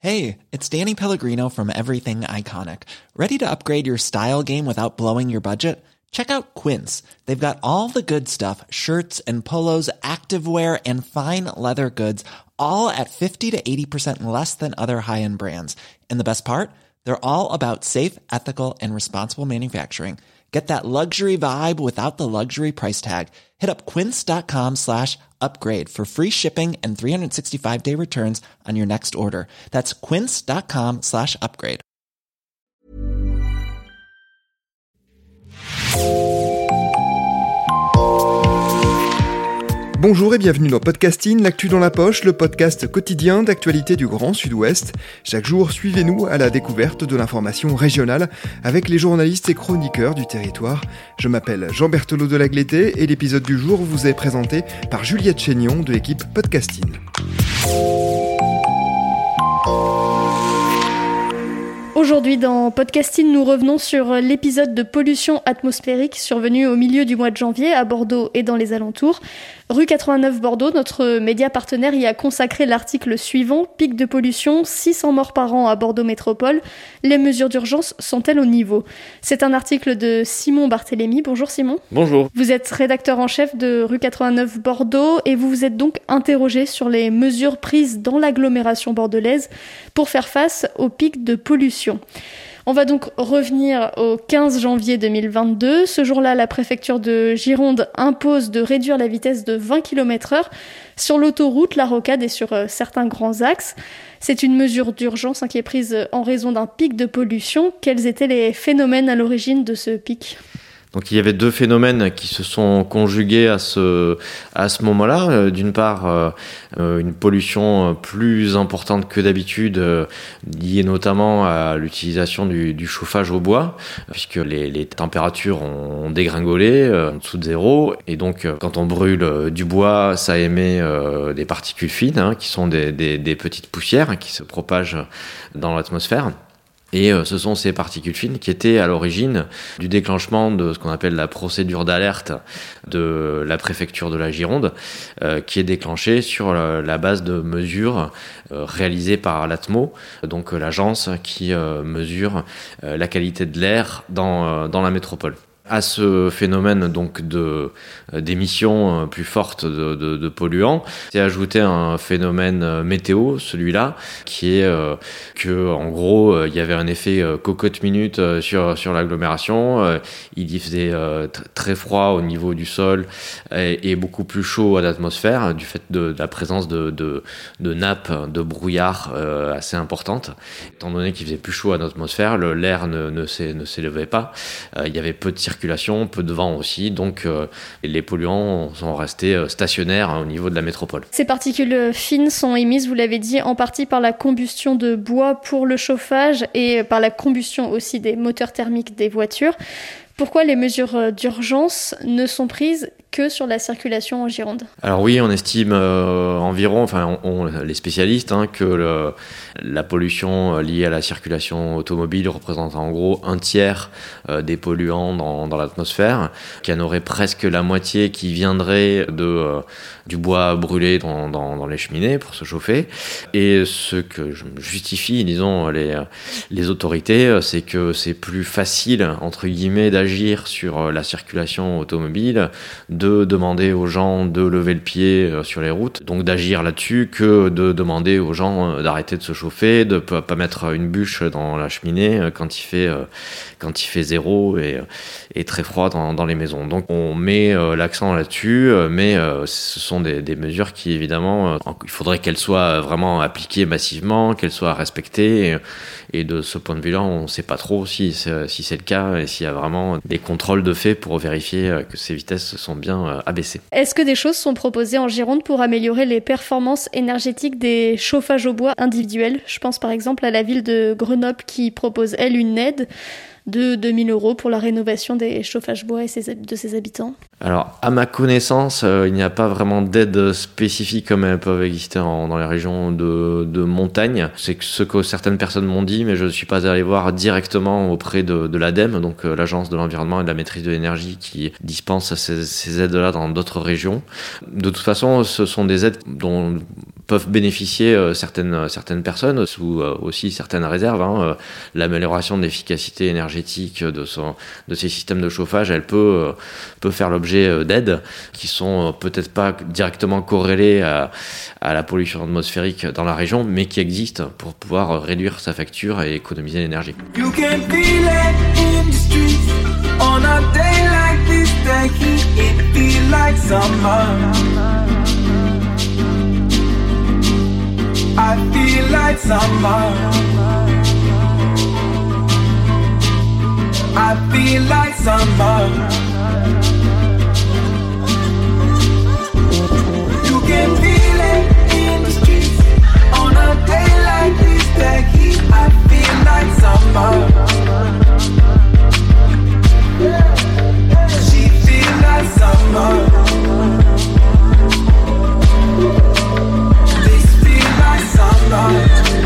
Hey, it's Danny Pellegrino from Everything Iconic. Ready to upgrade your style game without blowing your budget? Check out Quince. They've got all the good stuff, shirts and polos, activewear, and fine leather goods, all at 50 to 80% less than other high-end brands. And the best part? They're all about safe, ethical, and responsible manufacturing. Get that luxury vibe without the luxury price tag. Hit up quince.com/upgrade for free shipping and 365-day returns on your next order. That's quince.com/upgrade. Bonjour et bienvenue dans Podcasting, l'actu dans la poche, le podcast quotidien d'actualité du Grand Sud-Ouest. Chaque jour, suivez-nous à la découverte de l'information régionale avec les journalistes et chroniqueurs du territoire. Je m'appelle Jean Berthelot de Lagleté et l'épisode du jour vous est présenté par Juliette Chénion de l'équipe Podcasting. Aujourd'hui dans Podcasting, nous revenons sur l'épisode de pollution atmosphérique survenu au milieu du mois de janvier à Bordeaux et dans les alentours. Rue 89 Bordeaux, notre média partenaire y a consacré l'article suivant: pic de pollution, 600 morts par an à Bordeaux Métropole. Les mesures d'urgence sont-elles au niveau ? C'est un article de Simon Barthélémy. Bonjour Simon. Bonjour. Vous êtes rédacteur en chef de Rue 89 Bordeaux et vous vous êtes donc interrogé sur les mesures prises dans l'agglomération bordelaise pour faire face au pic de pollution. On va donc revenir au 15 janvier 2022. Ce jour-là, la préfecture de Gironde impose de réduire la vitesse de 20 km/h sur l'autoroute, la rocade et sur certains grands axes. C'est une mesure d'urgence qui est prise en raison d'un pic de pollution. Quels étaient les phénomènes à l'origine de ce pic ? Donc il y avait deux phénomènes qui se sont conjugués à ce moment-là. D'une part, une pollution plus importante que d'habitude, liée notamment à l'utilisation du chauffage au bois, puisque les températures ont dégringolé en dessous de zéro. Et donc quand on brûle du bois, ça émet des particules fines, qui sont des petites poussières qui se propagent dans l'atmosphère. Et ce sont ces particules fines qui étaient à l'origine du déclenchement de ce qu'on appelle la procédure d'alerte de la préfecture de la Gironde, qui est déclenchée sur la base de mesures réalisées par l'ATMO, donc l'agence qui mesure la qualité de l'air dans la métropole. À ce phénomène donc d'émissions plus fortes de polluants, c'est ajouté un phénomène météo, celui-là, qui est que en gros il y avait un effet cocotte minute sur l'agglomération. Il y faisait très froid au niveau du sol et beaucoup plus chaud à l'atmosphère du fait de la présence de nappes de brouillard assez importantes. Étant donné qu'il faisait plus chaud à l'atmosphère, l'air ne s'élevait pas. Il y avait peu de circulation, peu de vent aussi, donc les polluants sont restés stationnaires au niveau de la métropole. Ces particules fines sont émises, vous l'avez dit, en partie par la combustion de bois pour le chauffage et par la combustion aussi des moteurs thermiques des voitures. Pourquoi les mesures d'urgence ne sont prises que sur la circulation en Gironde ? Alors oui, on estime environ, les spécialistes, que la pollution liée à la circulation automobile représente en gros un tiers des polluants dans l'atmosphère, qu'il y en aurait presque la moitié qui viendrait du bois brûlé dans les cheminées pour se chauffer. Et ce que justifie, disons, les autorités, c'est que c'est plus facile, entre guillemets, d'agir sur la circulation automobile, de demander aux gens de lever le pied sur les routes, donc d'agir là-dessus, que de demander aux gens d'arrêter de se chauffer, de pas mettre une bûche dans la cheminée quand il fait zéro et très froid dans les maisons. Donc on met l'accent là-dessus, mais ce sont des mesures qui évidemment, il faudrait qu'elles soient vraiment appliquées massivement, qu'elles soient respectées, et de ce point de vue-là, on ne sait pas trop si c'est le cas et s'il y a vraiment des contrôles de fait pour vérifier que ces vitesses sont bien abaissées. Est-ce que des choses sont proposées en Gironde pour améliorer les performances énergétiques des chauffages au bois individuels ? Je pense par exemple à la ville de Grenoble qui propose, elle, une aide de 2 000 € pour la rénovation des chauffages bois de ses habitants. Alors, à ma connaissance, il n'y a pas vraiment d'aide spécifique comme elles peuvent exister dans les régions de montagne. C'est ce que certaines personnes m'ont dit, mais je ne suis pas allé voir directement auprès de l'ADEME, donc l'Agence de l'environnement et de la maîtrise de l'énergie, qui dispense ces aides-là dans d'autres régions. De toute façon, ce sont des aides dont peuvent bénéficier certaines personnes sous aussi certaines réserves. L'amélioration de l'efficacité énergétique de ces systèmes de chauffage, elle peut faire l'objet d'aides qui sont peut-être pas directement corrélées à la pollution atmosphérique dans la région, mais qui existent pour pouvoir réduire sa facture et économiser l'énergie. You can feel it in the streets on a day like this. The heat, it feel like summer. I feel like summer. I feel like summer. You can feel it in the streets on a day like this. The heat, I feel like summer. She feel like summer. This feel like summer.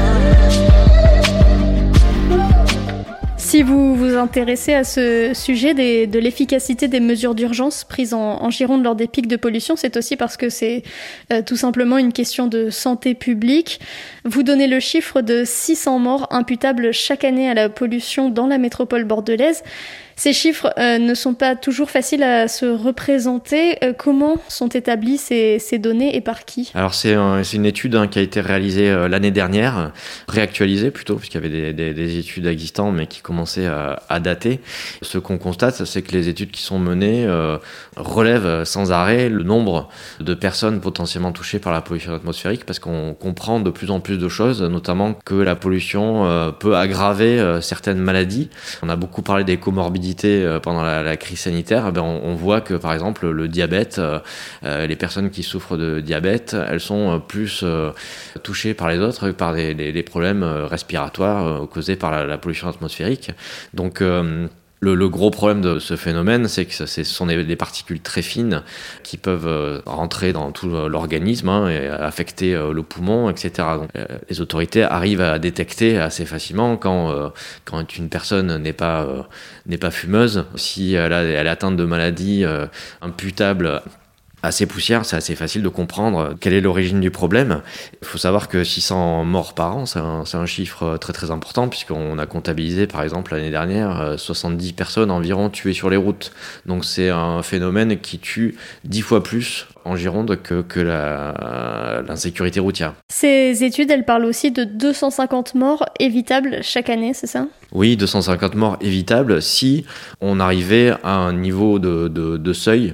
Si vous vous intéressez à ce sujet de l'efficacité des mesures d'urgence prises en Gironde lors des pics de pollution, c'est aussi parce que c'est tout simplement une question de santé publique. Vous donnez le chiffre de 600 morts imputables chaque année à la pollution dans la métropole bordelaise. Ces chiffres ne sont pas toujours faciles à se représenter. Comment sont établies ces données et par qui ? Alors c'est une étude qui a été réalisée l'année dernière, réactualisée plutôt, puisqu'il y avait des études existantes mais qui commençaient à dater. Ce qu'on constate, c'est que les études qui sont menées relèvent sans arrêt le nombre de personnes potentiellement touchées par la pollution atmosphérique, parce qu'on comprend de plus en plus de choses, notamment que la pollution peut aggraver certaines maladies. On a beaucoup parlé des comorbidités pendant la crise sanitaire. On voit que par exemple le diabète, les personnes qui souffrent de diabète, elles sont plus touchées par les autres, par des problèmes respiratoires causés par la pollution atmosphérique. Donc le gros problème de ce phénomène, c'est que ce sont des particules très fines qui peuvent rentrer dans tout l'organisme et affecter le poumon, etc. Donc, les autorités arrivent à détecter assez facilement quand une personne n'est pas fumeuse, si elle est atteinte de maladies imputables à ces poussières, c'est assez facile de comprendre quelle est l'origine du problème. Il faut savoir que 600 morts par an, c'est un chiffre très très important, puisqu'on a comptabilisé par exemple l'année dernière 70 personnes environ tuées sur les routes. Donc c'est un phénomène qui tue 10 fois plus en Gironde que l'insécurité routière. Ces études, elles parlent aussi de 250 morts évitables chaque année, c'est ça ? Oui, 250 morts évitables si on arrivait à un niveau de seuil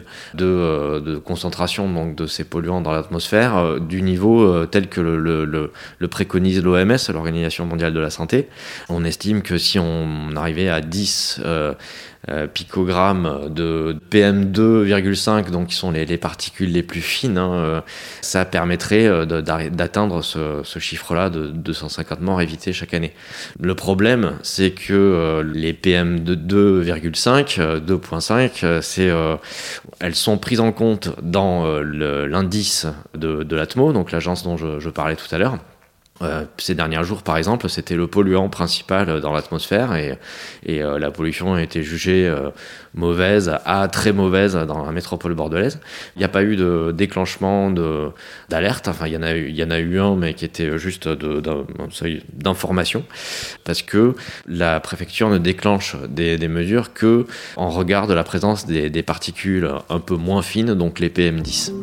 de concentration donc de ces polluants dans l'atmosphère du niveau tel que le préconise l'OMS, l'Organisation mondiale de la santé. On estime que si on arrivait à 10 picogrammes de PM2,5, donc qui sont les particules les plus fines, ça permettrait d'atteindre ce chiffre-là de 250 morts évitées chaque année. Le problème, c'est que les PM2,5, 2,5, elles sont prises en compte dans l'indice de l'ATMO, donc l'agence dont je parlais tout à l'heure. Ces derniers jours, par exemple, c'était le polluant principal dans l'atmosphère et la pollution a été jugée mauvaise à très mauvaise dans la métropole bordelaise. Il n'y a pas eu de déclenchement d'alerte. Enfin, il y en a eu un, mais qui était juste d'un seuil d'information, parce que la préfecture ne déclenche des mesures que en regard de la présence des particules un peu moins fines, donc les PM10.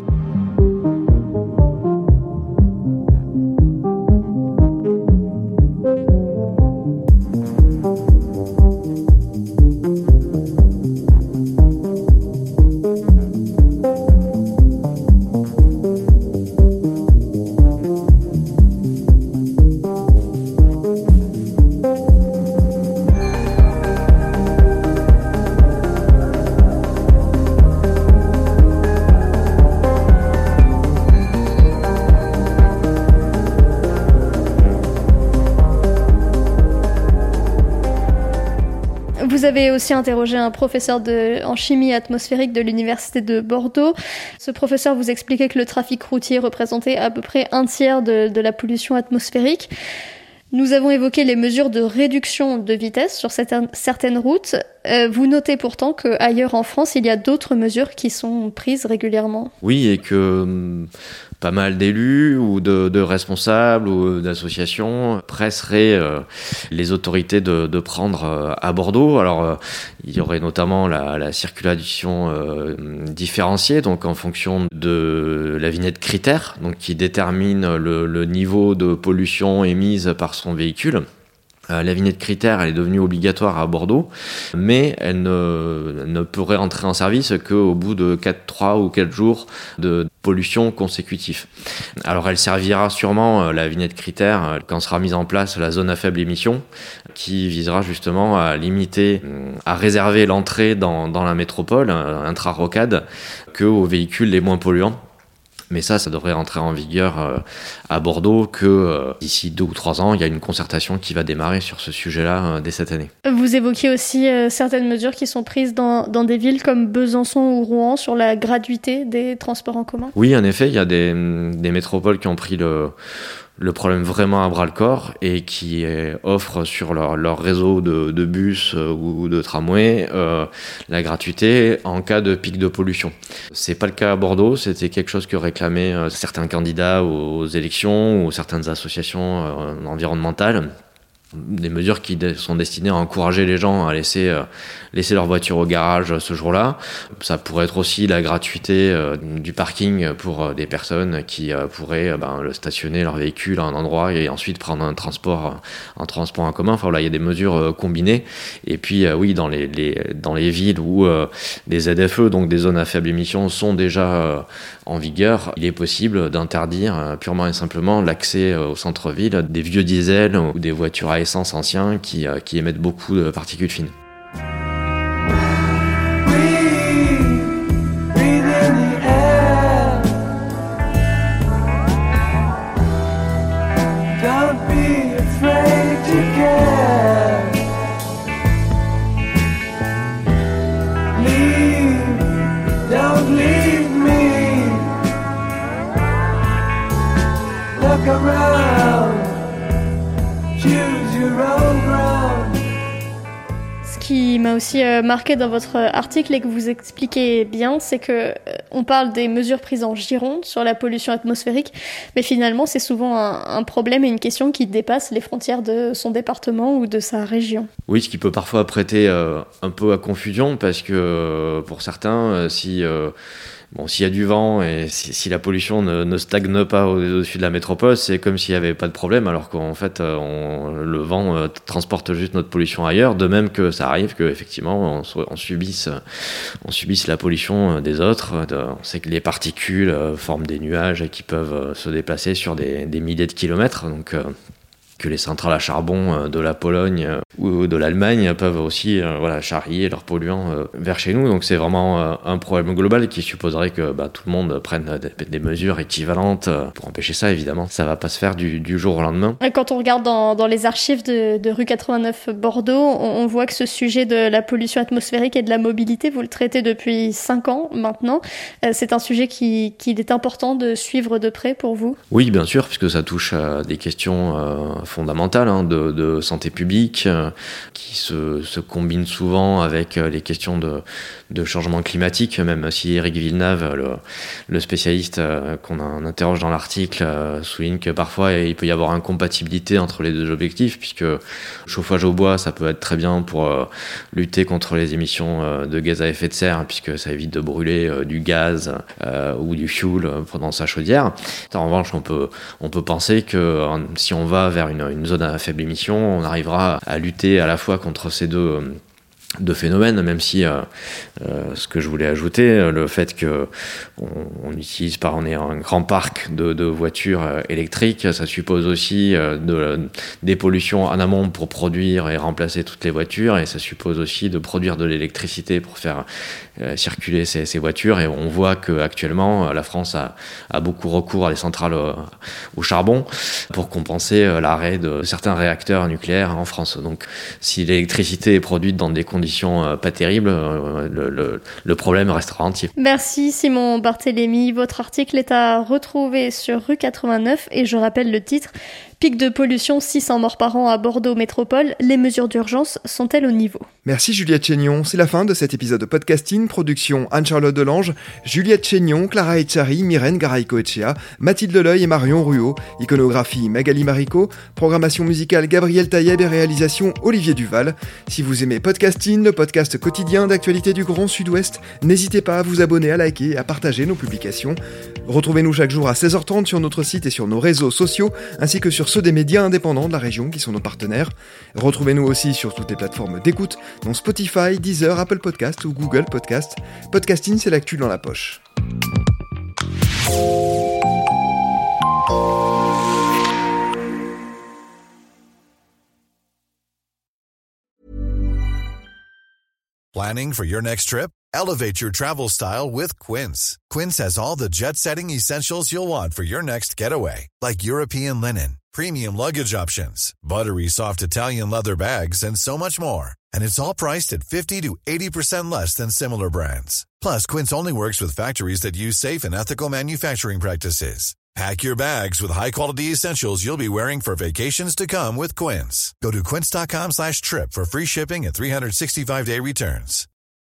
Vous avez aussi interrogé un professeur en chimie atmosphérique de l'université de Bordeaux. Ce professeur vous expliquait que le trafic routier représentait à peu près un tiers de la pollution atmosphérique. Nous avons évoqué les mesures de réduction de vitesse sur certaines routes. Vous notez pourtant qu'ailleurs en France, il y a d'autres mesures qui sont prises régulièrement. Oui, et que pas mal d'élus ou de responsables ou d'associations presseraient les autorités de prendre à Bordeaux. Alors, il y aurait notamment la circulation différenciée, donc en fonction de la vignette critère, donc qui détermine le niveau de pollution émise par son véhicule. La vignette critère, elle est devenue obligatoire à Bordeaux, mais elle ne pourrait entrer en service qu'au bout de 3 ou 4 jours de pollution consécutifs. Alors elle servira sûrement, la vignette critère, quand sera mise en place la zone à faible émission, qui visera justement à limiter, à réserver l'entrée dans la métropole intra-rocade qu'aux véhicules les moins polluants. Mais ça devrait rentrer en vigueur à Bordeaux que d'ici 2 ou 3 ans, il y a une concertation qui va démarrer sur ce sujet-là dès cette année. Vous évoquiez aussi certaines mesures qui sont prises dans des villes comme Besançon ou Rouen sur la gratuité des transports en commun. Oui, en effet, il y a des métropoles qui ont pris le problème vraiment à bras-le-corps et qui offrent sur leur réseau de bus ou de tramway la gratuité en cas de pic de pollution. C'est pas le cas à Bordeaux, c'était quelque chose que réclamaient certains candidats aux élections ou certaines associations environnementales. Des mesures qui sont destinées à encourager les gens à laisser leur voiture au garage ce jour-là. Ça pourrait être aussi la gratuité du parking pour des personnes qui pourraient stationner leur véhicule à un endroit et ensuite prendre un transport en commun. Enfin voilà, il y a des mesures combinées. Et puis oui, dans les villes où des ZFE, donc des zones à faible émission, sont déjà en vigueur, il est possible d'interdire purement et simplement l'accès au centre-ville des vieux diesels ou des voitures à essence anciens qui émettent beaucoup de particules fines. Breathe in the air. Don't be afraid to care. Don't leave me. Look around. Choose your own ground. Ce qui m'a aussi marqué dans votre article et que vous expliquez bien, c'est que on parle des mesures prises en Gironde sur la pollution atmosphérique, mais finalement c'est souvent un problème et une question qui dépasse les frontières de son département ou de sa région. Oui, ce qui peut parfois prêter un peu à confusion, parce que pour certains, s'il y a du vent et si la pollution ne stagne pas au-dessus de la métropole, c'est comme s'il n'y avait pas de problème, alors qu'en fait, le vent transporte juste notre pollution ailleurs, de même que ça arrive qu'effectivement, on subisse la pollution des autres. On sait que les particules forment des nuages qui peuvent se déplacer sur des milliers de kilomètres, donc que les centrales à charbon de la Pologne ou de l'Allemagne peuvent aussi charrier leurs polluants vers chez nous. Donc c'est vraiment un problème global qui supposerait que tout le monde prenne des mesures équivalentes pour empêcher ça. Évidemment, ça va pas se faire du jour au lendemain. Quand on regarde dans les archives de rue 89 Bordeaux, on voit que ce sujet de la pollution atmosphérique et de la mobilité, vous le traitez depuis 5 ans maintenant. C'est un sujet qu'il est important de suivre de près pour vous ? Oui, bien sûr, puisque ça touche à des questions fondamentales de santé publique qui se combinent souvent avec les questions de changement climatique, même si Éric Villeneuve, le spécialiste qu'on interroge dans l'article, souligne que parfois il peut y avoir incompatibilité entre les deux objectifs, puisque le chauffage au bois, ça peut être très bien pour lutter contre les émissions de gaz à effet de serre, puisque ça évite de brûler du gaz ou du fuel dans sa chaudière. En revanche, on peut penser que si on va vers une zone à faible émission, on arrivera à lutter à la fois contre ces deux phénomènes, même si ce que je voulais ajouter, le fait que on ait un grand parc de voitures électriques, ça suppose aussi des pollutions en amont pour produire et remplacer toutes les voitures, et ça suppose aussi de produire de l'électricité pour faire circuler ces voitures. Et on voit qu'actuellement la France a beaucoup recours à des centrales au charbon pour compenser l'arrêt de certains réacteurs nucléaires en France. Donc si l'électricité est produite dans des conditions pas terribles, le problème restera entier. Merci Simon Barthélémy. Votre article est à retrouver sur rue 89 et je rappelle le titre: Pic de pollution, 600 morts par an à Bordeaux Métropole. Les mesures d'urgence sont-elles au niveau ? Merci Juliette Chénion, c'est la fin de cet épisode de Podcasting, production Anne-Charlotte Delange, Juliette Chénion, Clara Echari, Myrène Garay-Coetchea, Mathilde Leleuil et Marion Ruot, iconographie Magali Marico, programmation musicale Gabriel Taïeb et réalisation Olivier Duval. Si vous aimez Podcasting, le podcast quotidien d'actualité du Grand Sud-Ouest, n'hésitez pas à vous abonner, à liker et à partager nos publications. Retrouvez-nous chaque jour à 16h30 sur notre site et sur nos réseaux sociaux, ainsi que sur ceux des médias indépendants de la région qui sont nos partenaires. Retrouvez-nous aussi sur toutes les plateformes d'écoute, dont Spotify, Deezer, Apple Podcast ou Google Podcast. Podcasting, c'est l'actu dans la poche. Planning for your next trip? Elevate your travel style with Quince. Quince has all the jet-setting essentials you'll want for your next getaway, like European linen, premium luggage options, buttery soft Italian leather bags, and so much more. And it's all priced at 50 to 80% less than similar brands. Plus, Quince only works with factories that use safe and ethical manufacturing practices. Pack your bags with high-quality essentials you'll be wearing for vacations to come with Quince. Go to quince.com/trip for free shipping and 365-day returns.